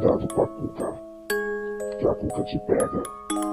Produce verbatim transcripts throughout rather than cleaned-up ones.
Cuidado com a cuca, que a cuca te pega.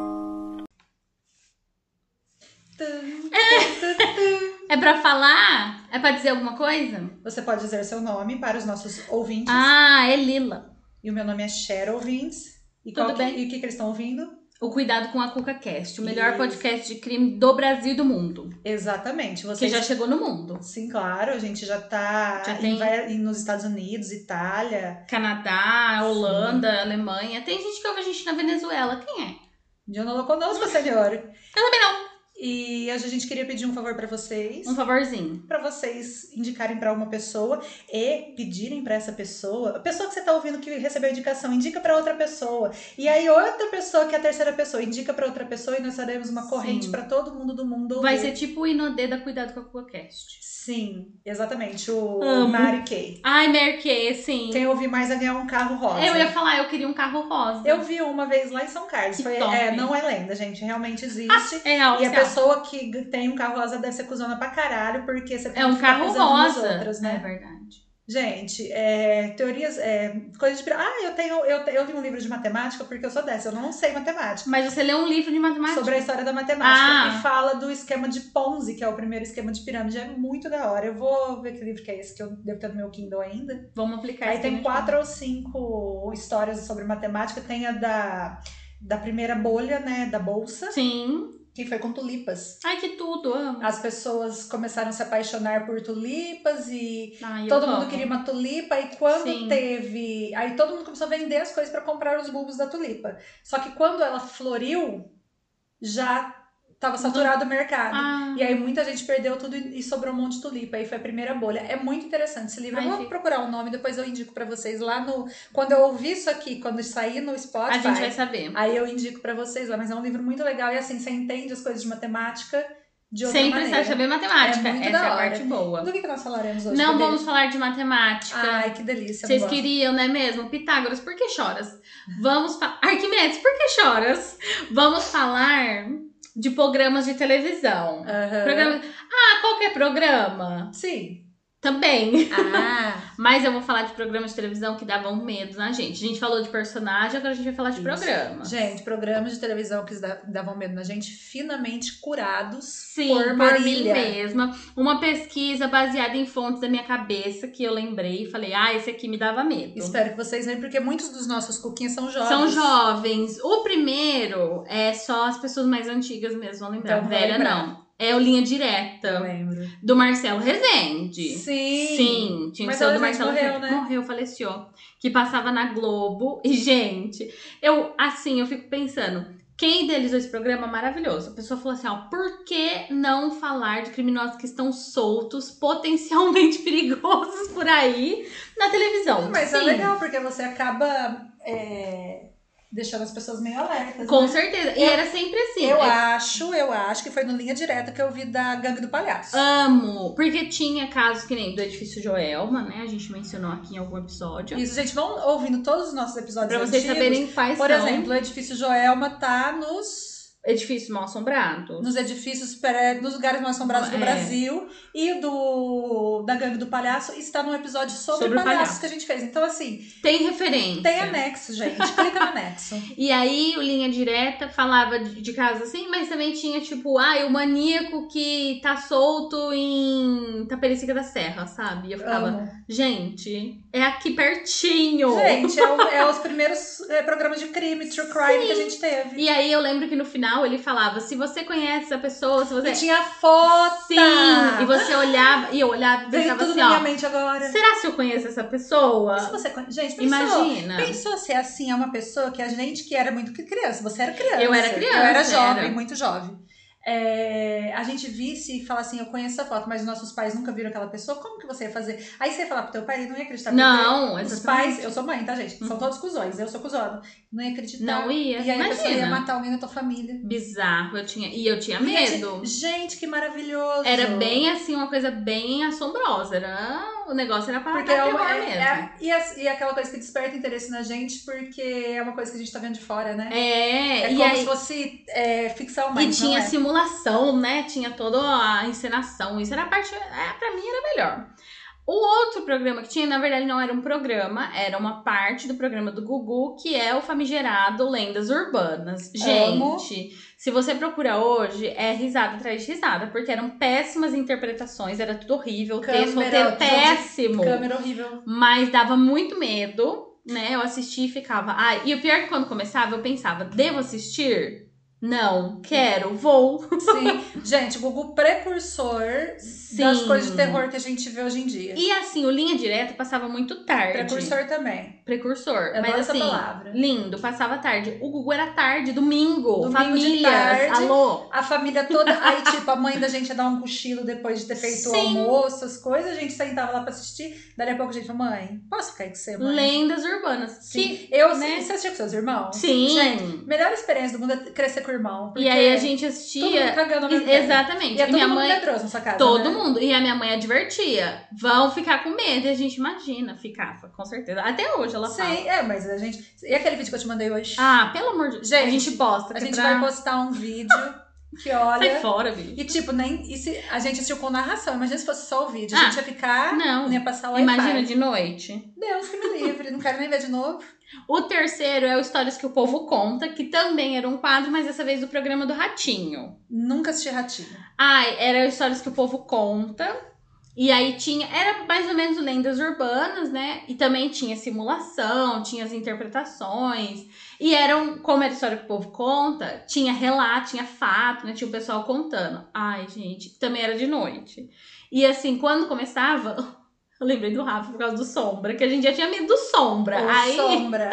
É pra falar? É pra dizer alguma coisa? Você pode dizer seu nome para os nossos ouvintes. Ah, é Lila. E o meu nome é Cher Ouvintes. E Tudo qual que, bem. E o que, que eles estão ouvindo? O Cuidado com a CucaCast, o melhor Isso. podcast de crime do Brasil e do mundo. Exatamente. Vocês... Que já chegou no mundo. Sim, claro. A gente já tá Já em, tem- vai- em- nos Estados Unidos, Itália. Canadá, Holanda, Alemanha. Tem gente que ouve a gente na Venezuela. Quem é? Eu não conosco, senhor. Eu também não. E a gente queria pedir um favor para vocês. Um favorzinho. Para vocês indicarem para uma pessoa e pedirem para essa pessoa, a pessoa que você tá ouvindo que recebeu indicação, indica para outra pessoa. E aí outra pessoa que é a terceira pessoa indica para outra pessoa e nós faremos uma corrente Sim. para todo mundo do mundo ouvir. Vai ser tipo o Inodê da Cuidado com a CucaCast. Sim, exatamente, o Amo. Mary Kay. Ai, Mary Kay, sim. Quem ouvir mais vai ganhar um carro rosa. Eu ia falar, eu queria um carro rosa. Eu vi uma vez lá em São Carlos. Que Foi, top. é, não é lenda, gente, realmente existe. É real, E a oficial. pessoa que tem um carro rosa deve ser cuzona pra caralho, porque você tem É um que ficar carro pisando nas rosa. outras, É né? verdade. Gente, é, teorias, é, coisas de... pira- Ah, eu tenho, eu, te- eu li um livro de matemática porque eu sou dessa, eu não sei matemática. Mas você leu um livro de matemática? Sobre a história da matemática. Ah. E fala do esquema de Ponzi, que é o primeiro esquema de pirâmide. É muito da hora. Eu vou ver que livro que é esse, que eu devo ter no meu Kindle ainda. Vamos aplicar Aí isso tem no quatro ou cinco histórias sobre matemática. Tem a da, da primeira bolha, né, da bolsa, Sim. que foi com tulipas. Ai, que tudo, amo. As pessoas começaram a se apaixonar por tulipas e Ai, eu todo amo. mundo queria uma tulipa. E quando Sim. teve... Aí todo mundo começou a vender as coisas para comprar os bulbos da tulipa. Só que quando ela floriu, já tava saturado o mercado. Ah, E aí muita gente perdeu tudo e sobrou um monte de tulipa. Aí foi a primeira bolha. É muito interessante esse livro. Ai, eu vou fica. procurar o nome, depois eu indico pra vocês lá no... Quando eu ouvir isso aqui, quando sair no Spotify, a gente vai saber. aí eu indico pra vocês lá. Mas é um livro muito legal e assim, você entende as coisas de matemática de outra Sem maneira. precisar saber matemática. É muito Essa da é a hora. parte boa. Do que, que nós falaremos hoje? Não Cadê? vamos falar de matemática. Ai, que delícia. eu Vocês gosto. queriam, não é mesmo? Pitágoras, por que choras? Vamos falar... Arquimedes, por que choras? Vamos falar de programas de televisão. Aham. Programa... Ah, qualquer programa? Sim. Também. Ah, Mas eu vou falar de programas de televisão que davam medo na gente. A gente falou de personagem, agora a gente vai falar de Isso. programas. gente, programas de televisão que da- davam medo na gente, finamente curados Sim, por por, Marília. mim mesma. Uma pesquisa baseada em fontes da minha cabeça que eu lembrei e falei, ah, esse aqui me dava medo. Espero que vocês lembrem, porque muitos dos nossos cuquinhas são jovens. São jovens. O primeiro é só as pessoas mais antigas mesmo vão lembrar. Então, vou Velha lembrar. não. É o Linha Eu Direta, lembro. do Marcelo Rezende. Sim. Sim, tinha que Mas ser o do ela Marcelo morreu, Rezende. né? Morreu, faleceu. Que passava na Globo. E, gente, eu, assim, eu fico pensando, quem idealizou esse programa maravilhoso? A pessoa falou assim, ó, por que não falar de criminosos que estão soltos, potencialmente perigosos por aí, na televisão? Mas Sim, é legal, porque você acaba é, deixando as pessoas meio alertas. com né? certeza. E Eu- era sempre assim. Eu é- acho, eu acho que foi no Linha Direta que eu vi da Gangue do Palhaço. Amo, porque tinha casos que nem do Edifício Joelma, né? A gente mencionou aqui em algum episódio. Isso, gente, vão ouvindo todos os nossos episódios Pra vocês antigos. saberem quais Por são. exemplo, o Edifício Joelma tá nos... Edifícios mal assombrados. nos edifícios, pré- nos lugares mais assombrados do É. Brasil. E do da Gangue do Palhaço está num episódio sobre, Sobre o palhaços palhaço. que a gente fez. Então, assim, Tem referência. tem anexo, gente. Clica no anexo. E aí, o Linha Direta falava de, de casos assim, mas também tinha, tipo, ah, o maníaco que tá solto em Taperica da Serra, sabe? E eu ficava, Amo. gente, é aqui pertinho. Gente, é, o- é os primeiros é, programas de crime, true crime que a gente teve. E aí, eu lembro que no final ele falava, se você conhece essa pessoa, se você... E tinha foto! Sim, e você olhava, e eu olhava e Veio pensava tudo assim, na minha ó, mente agora. será se eu conheço essa pessoa? Se você, con- gente, pensou, Imagina. pensou se assim é uma pessoa que a gente que era muito criança. Você era criança. Eu era criança, Eu era jovem, era. muito jovem. É, a gente visse e falar assim, eu conheço essa foto, mas nossos pais nunca viram aquela pessoa, como que você ia fazer? Aí você ia falar pro teu pai, ele não ia acreditar. porque Não, os exatamente. pais, eu sou mãe, tá, gente? São todos cuzões, eu sou cuzona. Não ia acreditar. Não ia. E aí a pessoa ia Imagina. matar alguém da tua família. Bizarro, eu tinha, e eu tinha Gente, medo. Gente, que maravilhoso. Era bem assim, uma coisa bem assombrosa. Era... O negócio era pra Porque dar é, uma- terror é- mesmo. é- e, as- e aquela coisa que desperta interesse na gente, porque é uma coisa que a gente tá vendo de fora, né? É, É e como aí... se fosse é, ficção, E mas tinha não é. simulação, né? Tinha toda a encenação. Isso era a parte... É, pra mim era melhor. O outro programa que tinha, na verdade, não era um programa, era uma parte do programa do Gugu, que é o famigerado Lendas Urbanas. Amo. Gente, se você procurar hoje, é risada atrás de risada, porque eram péssimas interpretações, era tudo horrível, texto, Câmera, roteiro péssimo. Câmera horrível. Mas dava muito medo, né? Eu assisti e ficava... Ah, e o pior é que quando começava, eu pensava, devo assistir? Não, quero, vou. Sim. Gente, o Gugu precursor Sim. das coisas de terror que a gente vê hoje em dia. E assim, o Linha Direta passava muito tarde. Precursor também. Precursor. Eu mas adoro essa assim, palavra. lindo, passava tarde. O Gugu era tarde, domingo, Domingo de famílias, tarde. alô. A família toda, aí tipo, a mãe da gente ia dar um cochilo depois de ter feito o Sim. almoço, as coisas, a gente sentava lá pra assistir, daí a pouco a gente falou, mãe, posso ficar aí com você, mãe? Lendas urbanas. Sim. Que, Eu, né? Você assistiu com seus irmãos? Sim. Gente, melhor experiência do mundo é crescer com o irmão. E aí a gente todo assistia... mundo cagando ao mesmo Ex- tempo. Exatamente. E é E todo minha mundo mãe... medroso nessa casa, Todo né? mundo. E a minha mãe advertia. Vão ficar com medo. E a gente imagina, ficava, com certeza. Até hoje ela Sim, fala. é, mas a gente... E aquele vídeo que eu te mandei hoje? Ah, pelo amor de Deus. Gente, a gente posta. A que é gente pra... vai postar um vídeo que olha... Sai fora, bicho. E tipo, nem... E se a gente assistiu com narração, imagina se fosse só o vídeo. A Ah, gente ia ficar... não. Não ia passar o Wi-Fi. Imagina de noite. Deus que me livre, não quero nem ver de novo. O terceiro é o Histórias que o Povo Conta, que também era um quadro, mas dessa vez do programa do Ratinho. Nunca assisti Ratinho. Ai, era Histórias que o Povo Conta. E aí tinha, era mais ou menos lendas urbanas, né? E também tinha simulação, tinha as interpretações. E eram, como era História que o Povo Conta, tinha relato, tinha fato, né? Tinha o pessoal contando. Ai, gente, também era de noite. E assim, quando começava... Eu lembrei do Rafa por causa do Sombra, que a gente já tinha medo do Sombra. Ô, aí, Sombra.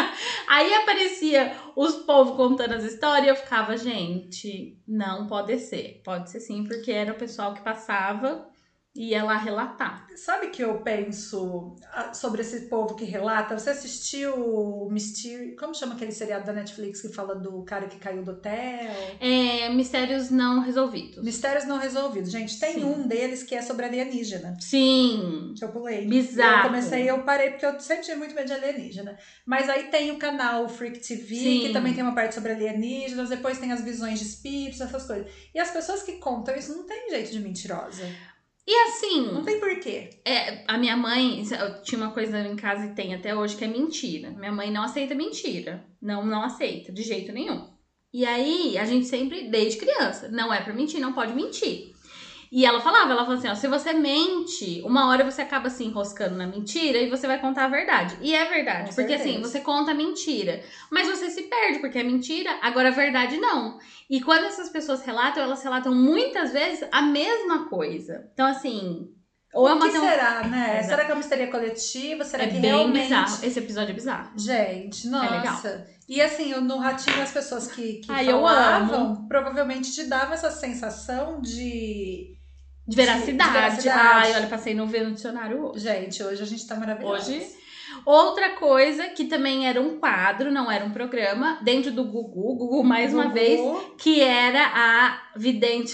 aí aparecia os povos contando as histórias e eu ficava, gente, não pode ser. Pode ser sim, porque era o pessoal que passava e ia lá relatar. Sabe que eu penso ah, sobre esse povo que relata? Você assistiu o Mystery... Como chama aquele seriado da Netflix que fala do cara que caiu do hotel? É, mistérios não resolvidos. Mistérios não resolvidos. Gente, tem Sim. um deles que é sobre alienígena. Sim. Que eu pulei. Bizarro. Eu comecei, eu parei, porque eu sempre tive muito medo de alienígena. Mas aí tem o canal Freak T V, Sim. que também tem uma parte sobre alienígenas, depois tem as visões de espíritos, essas coisas. E as pessoas que contam isso não tem jeito de mentirosa. E assim, Não tem porquê. é, a minha mãe, eu tinha uma coisa em casa e tem até hoje que é mentira. Minha mãe não aceita mentira. Não, não aceita, de jeito nenhum. E aí, a gente sempre, desde criança, não é pra mentir, não pode mentir. E ela falava, ela falou assim, ó, se você mente, uma hora você acaba se enroscando na mentira e você vai contar a verdade. E é verdade, Com porque certeza. assim, você conta a mentira, mas você se perde, porque é mentira, agora a verdade não. E quando essas pessoas relatam, elas relatam muitas vezes a mesma coisa. Então assim, ou é O uma... que será, né? Exato. Será que é uma histeria coletiva? Será É que bem realmente... bizarro, esse episódio é bizarro. Gente, legal. nossa. E assim, eu- no Ratinho, as pessoas que, que Ai, eu falavam, provavelmente te davam essa sensação de... De veracidade. De veracidade. Ai, olha, passei no ver no dicionário hoje. Gente, hoje a gente tá maravilhosa. Hoje. Outra coisa que também era um quadro, não era um programa, dentro do Gugu, Gugu mais uma Gugu. vez, que era a Vidente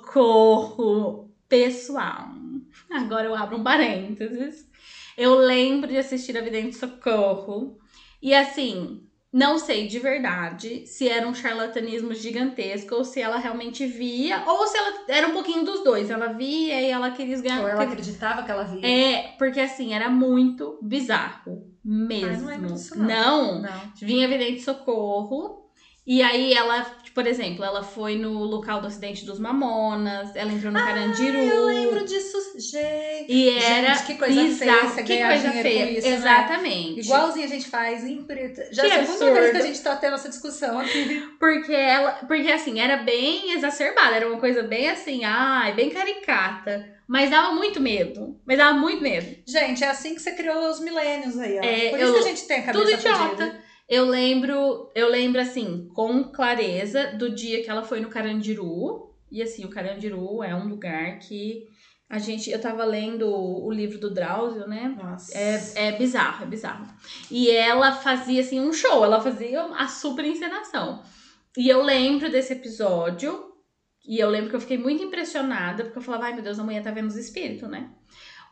Socorro pessoal. Agora eu abro um parênteses. Eu lembro de assistir a Vidente Socorro. E assim, não sei de verdade se era um charlatanismo gigantesco ou se ela realmente via, ou se ela era um pouquinho dos dois. Ela via e ela queria ganhar. Ou ela acreditava que ela via. É, porque assim, era muito bizarro mesmo. Ai, não lembro disso, não. Não? Não. Vinha Vidente Socorro. E aí ela, por exemplo, ela foi no local do acidente dos Mamonas, ela entrou no Carandiru. Eu lembro disso, gente. E era Gente, que coisa feia bizarro. você Que ganhar coisa dinheiro feia. com isso, né? Exatamente. Igualzinho a gente faz em preto. Já Que é a segunda vez absurdo. que a gente tá tendo essa discussão aqui. Porque ela, porque assim, era bem exacerbada, era uma coisa bem assim, ai, bem caricata. Mas dava muito medo. Mas dava muito medo. Gente, é assim que você criou os milênios aí, ó. É, Por isso eu- que a gente tem a cabeça Tudo idiota. fodida. Eu lembro, eu lembro assim, com clareza do dia que ela foi no Carandiru. E assim, o Carandiru é um lugar que a gente, eu tava lendo o livro do Drauzio, né? Nossa. É, é bizarro, é bizarro. E ela fazia assim um show, ela fazia a super encenação. E eu lembro desse episódio, e eu lembro que eu fiquei muito impressionada, porque eu falava, ai meu Deus, a mulher tá vendo os espíritos, né?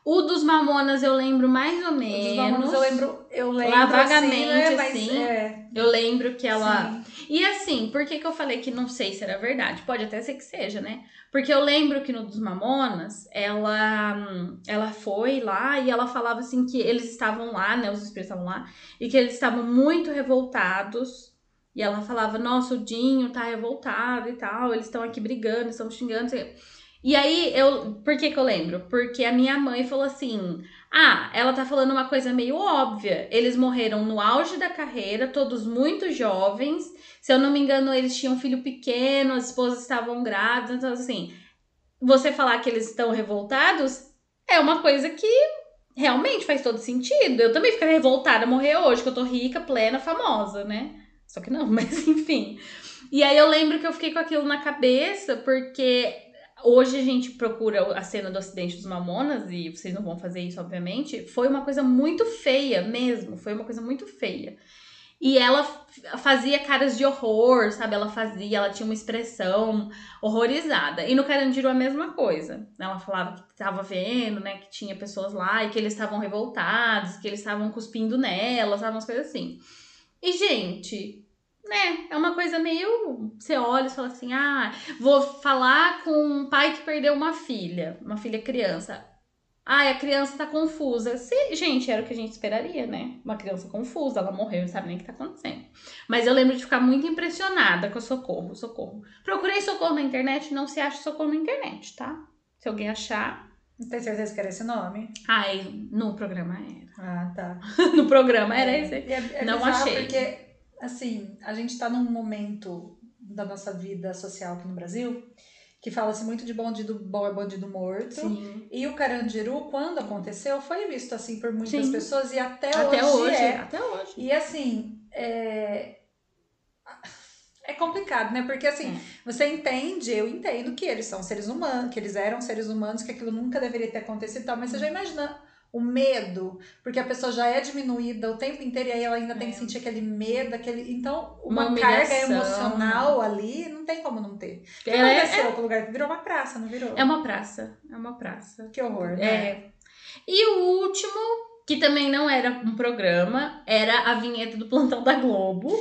O dos Mamonas eu lembro mais ou menos. Dos Mamonas eu lembro, eu lembro Lá vagamente, assim, né? Mas, assim. é, Eu lembro que ela... sim. E assim, por que que eu falei que não sei se era verdade? Pode até ser que seja, né? Porque eu lembro que no dos Mamonas, ela, hum, ela foi lá e ela falava assim que eles estavam lá, né? Os espíritos estavam lá. E que eles estavam muito revoltados. E ela falava, nossa, o Dinho tá revoltado e tal. Eles estão aqui brigando, estão xingando, não sei o quê. E aí, eu, por que que eu lembro? Porque a minha mãe falou assim, ah, ela tá falando uma coisa meio óbvia. Eles morreram no auge da carreira, todos muito jovens. Se eu não me engano, eles tinham um filho pequeno, as esposas estavam grávidas. Então, assim, você falar que eles estão revoltados é uma coisa que realmente faz todo sentido. Eu também ficaria revoltada morrer hoje, que eu tô rica, plena, famosa, né? Só que não, mas enfim. E aí eu lembro que eu fiquei com aquilo na cabeça, porque hoje a gente procura a cena do acidente dos Mamonas, e vocês não vão fazer isso, obviamente. Foi uma coisa muito feia mesmo, foi uma coisa muito feia. E ela fazia caras de horror, sabe? Ela fazia, ela tinha uma expressão horrorizada. E no Carandiru a mesma coisa. Ela falava que estava vendo, né? Que tinha pessoas lá e que eles estavam revoltados, que eles estavam cuspindo nela, sabe? Umas coisas assim. E, gente, né? É uma coisa meio... Você olha e fala assim, ah, vou falar com um pai que perdeu uma filha, uma filha criança. Ai, a criança tá confusa. Se, gente, era o que a gente esperaria, né? Uma criança confusa, ela morreu, não sabe nem o que tá acontecendo. Mas eu lembro de ficar muito impressionada com o Socorro, Socorro. Procurei Socorro na internet, não se acha Socorro na internet, tá? Se alguém achar... Não tem certeza que era esse nome? Ai, no programa era. Ah, tá. No programa era É, esse. e é, é Não bizarro achei. porque, assim, a gente tá num momento da nossa vida social aqui no Brasil que fala-se muito de bandido bom é bandido morto. Sim. E o Carandiru, quando aconteceu, foi visto assim por muitas Sim. pessoas e até, Até hoje, hoje, é. até hoje. E assim, é... é complicado, né? Porque assim, É. você entende, eu entendo que eles são seres humanos, que eles eram seres humanos, que aquilo nunca deveria ter acontecido e tal, mas você já imagina o medo, porque a pessoa já é diminuída o tempo inteiro e aí ela ainda tem É. que sentir aquele medo, aquele... Então, Uma uma, carga humilhação. emocional ali, não tem como não ter. O que É, aconteceu com o lugar? Virou uma praça, não virou? É uma praça, é uma praça. Que horror, né? É. E o último, que também não era um programa, era a vinheta do Plantão da Globo.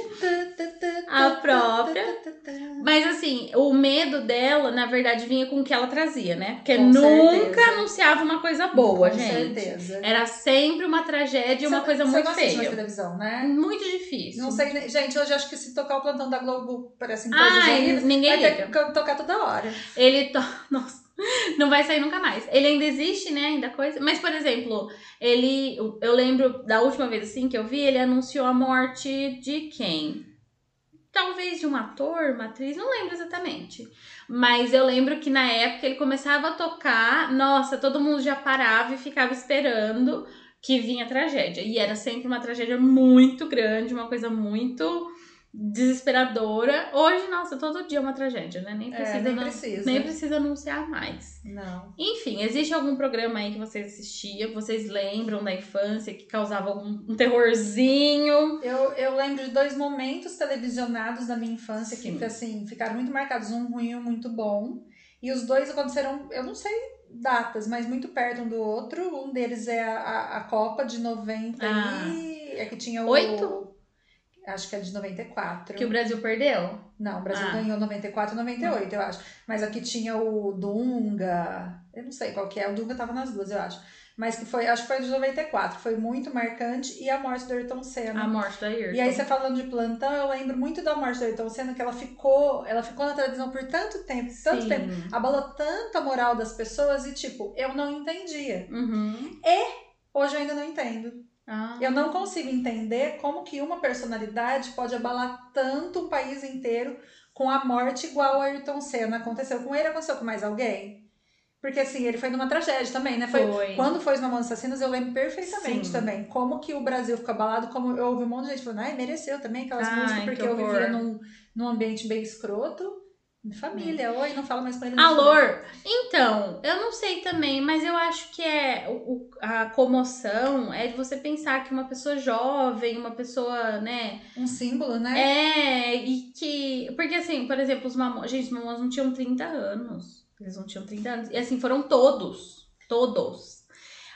A própria. Mas assim, o medo dela, na verdade, vinha com o que ela trazia, né? Porque Com nunca certeza. anunciava uma coisa boa, Com gente. certeza. Era sempre uma tragédia e uma Você- coisa você muito não assiste mais feia. televisão, né? Muito difícil. Não sei, nem- gente, hoje acho que se tocar o Plantão da Globo parece em coisas Ai, horríveis, ninguém vai ter liga. que tocar toda hora. Ele to... Nossa, não vai sair nunca mais. Ele ainda existe, né? Ainda coisa. Mas, por exemplo, ele. Eu lembro da última vez assim que eu vi, ele anunciou a morte de quem? Talvez de um ator, uma atriz, não lembro exatamente. Mas eu lembro que na época ele começava a tocar, nossa, todo mundo já parava e ficava esperando que vinha a tragédia. E era sempre uma tragédia muito grande, uma coisa muito desesperadora. Hoje, nossa, todo dia é uma tragédia, né? Nem precisa, É, nem não- precisa. nem precisa anunciar mais. Não. Enfim, existe algum programa aí que vocês assistiam, que vocês lembram da infância, que causava algum um terrorzinho? Eu, eu lembro de dois momentos televisionados da minha infância Sim. que assim, ficaram muito marcados, um ruim e um muito bom. E os dois aconteceram, eu não sei datas, mas muito perto um do outro. Um deles é a, a, a Copa de noventa Ah. e... É que tinha o... Oito? Acho que é de noventa e quatro. Que o Brasil perdeu? Não, o Brasil Ah. ganhou noventa e quatro e noventa e oito, eu acho. Mas aqui tinha o Dunga, eu não sei qual que é, o Dunga tava nas duas, eu acho. Mas que foi, acho que foi de noventa e quatro, foi muito marcante. E a morte do Ayrton Senna. A morte da Ayrton. E aí, você falando de Plantão, eu lembro muito da morte do Ayrton Senna, que ela ficou, ela ficou na televisão por tanto tempo, tanto Sim. tempo. Abalou tanto a moral das pessoas e, tipo, eu não entendia. Uhum. Hoje eu ainda não entendo. Ah. Eu não consigo entender como que uma personalidade pode abalar tanto o país inteiro com a morte igual o Ayrton Senna. Aconteceu com ele, aconteceu com mais alguém? Porque assim, ele foi numa tragédia também, né? Foi, Foi. Quando foi os Mamonas Assassinas, eu lembro perfeitamente Sim. também. Como que o Brasil ficou abalado, como eu ouvi um monte de gente falando, ai, mereceu também aquelas Ai, músicas, que porque eu horror. vivia num, num ambiente bem escroto. Família, oi, não fala mais com ele. não Alô? fala. Então, eu não sei também, mas eu acho que é o, o- a comoção é de você pensar que uma pessoa jovem, uma pessoa, né, Um símbolo, né? é, e que, porque assim, por exemplo, os Mamonas, gente, os Mamonas não tinham trinta anos, eles não tinham trinta anos, e assim, foram todos, todos.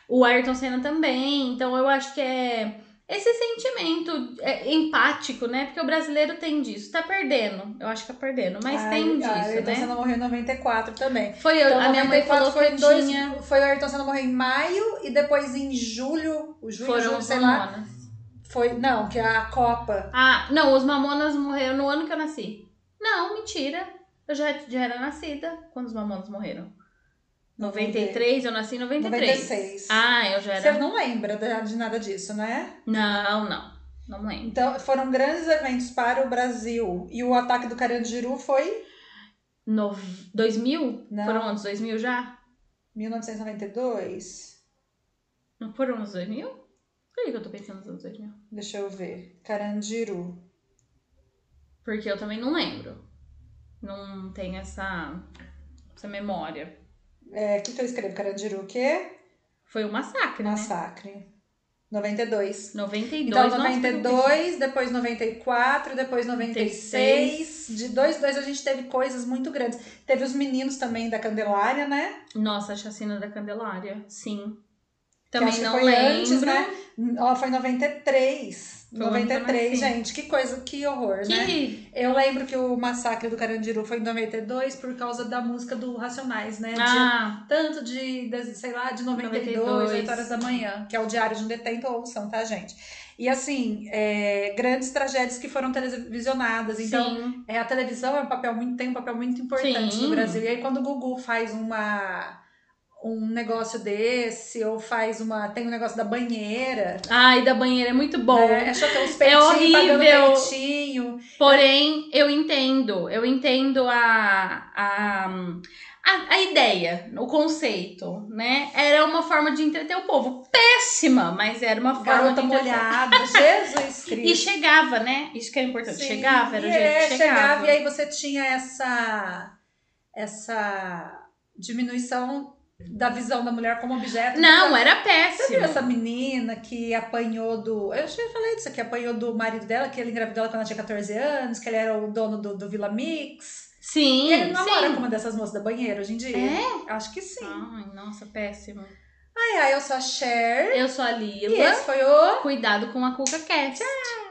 O Ayrton Senna também. Então eu acho que é esse sentimento é, empático, né? Porque o brasileiro tem disso. Tá perdendo. Eu acho que tá perdendo. Mas Ai, tem a disso, Ayrton né? Senna morreu em noventa e quatro também. Foi eu, Então, a minha mãe falou foi que eu em dois, tinha... Foi o Ayrton Senna morrer em maio e depois em julho, o junho, Foram julho, os sei lá, Mamonas. foi, não, que é a Copa. Ah, não, os Mamonas morreram no ano que eu nasci. Não, mentira. Eu já, já era nascida quando os Mamonas morreram. noventa e três, eu nasci em noventa e três. noventa e seis. Ah, eu já Você era... não lembra de de nada disso, né? Não, não. Não lembro. Então, foram grandes eventos para o Brasil. E o ataque do Carandiru foi No... dois mil? Não. Foram anos dois mil já? mil novecentos e noventa e dois. Não foram anos dois mil? Por que que eu tô pensando nos anos dois mil? Deixa eu ver. Carandiru. Porque eu também não lembro. Não tenho essa, essa memória. É, o que, que eu escrevo? Carandiru o quê? Foi um massacre, né? Massacre. noventa e dois. noventa e dois, Então, nossa, noventa e por que eu dois, depois noventa e quatro, depois noventa e seis. De dois dois a gente teve coisas muito grandes. Teve os meninos também da Candelária, né? pensei? Nossa, a chacina da Candelária, sim. Que Também acho que não foi lembro. antes, né? Ó, foi em noventa e três. Foi o ano que eu noventa e três, nasci. gente, que coisa, que horror, né? Que... Eu lembro que o massacre do Carandiru foi em noventa e dois por causa da música do Racionais, né? Ah, De, tanto de, de, sei lá, de noventa e dois, noventa e dois. oito horas da manhã, que é o Diário de um Detento, ouçam, tá, gente? E assim, é, grandes tragédias que foram televisionadas. Então, sim. é, a televisão é um papel muito, tem um papel muito importante Sim. no Brasil. E aí, quando o Gugu faz uma, um negócio desse, ou faz uma. Tem um negócio da banheira. Ai, da banheira é muito bom. É, achou que é uns peitinhos, horrível. pagando peitinho. Porém, eu entendo. Eu entendo a, a, a, a ideia, o conceito, né? Era uma forma de entreter o povo. Péssima, mas era uma forma Garota de entreter. molhada, Jesus Cristo. E chegava, né? Isso que era importante. Sim, Chegava, era o e jeito é, que chegava. chegava. E aí você tinha essa, essa diminuição da visão da mulher como objeto. Não, Então, era você péssimo. viu essa menina que apanhou do... Eu já falei disso aqui, apanhou do marido dela, que ele engravidou ela quando ela tinha catorze anos, que ele era o dono do, do Vila Mix. Sim, E ele namora sim. com uma dessas moças da banheira hoje em dia. É? Acho que sim. Ai, nossa, péssimo. Ai, ai, eu sou a Cher. Eu sou a E Lila. esse foi o... Cuidado com a Cuca Cast.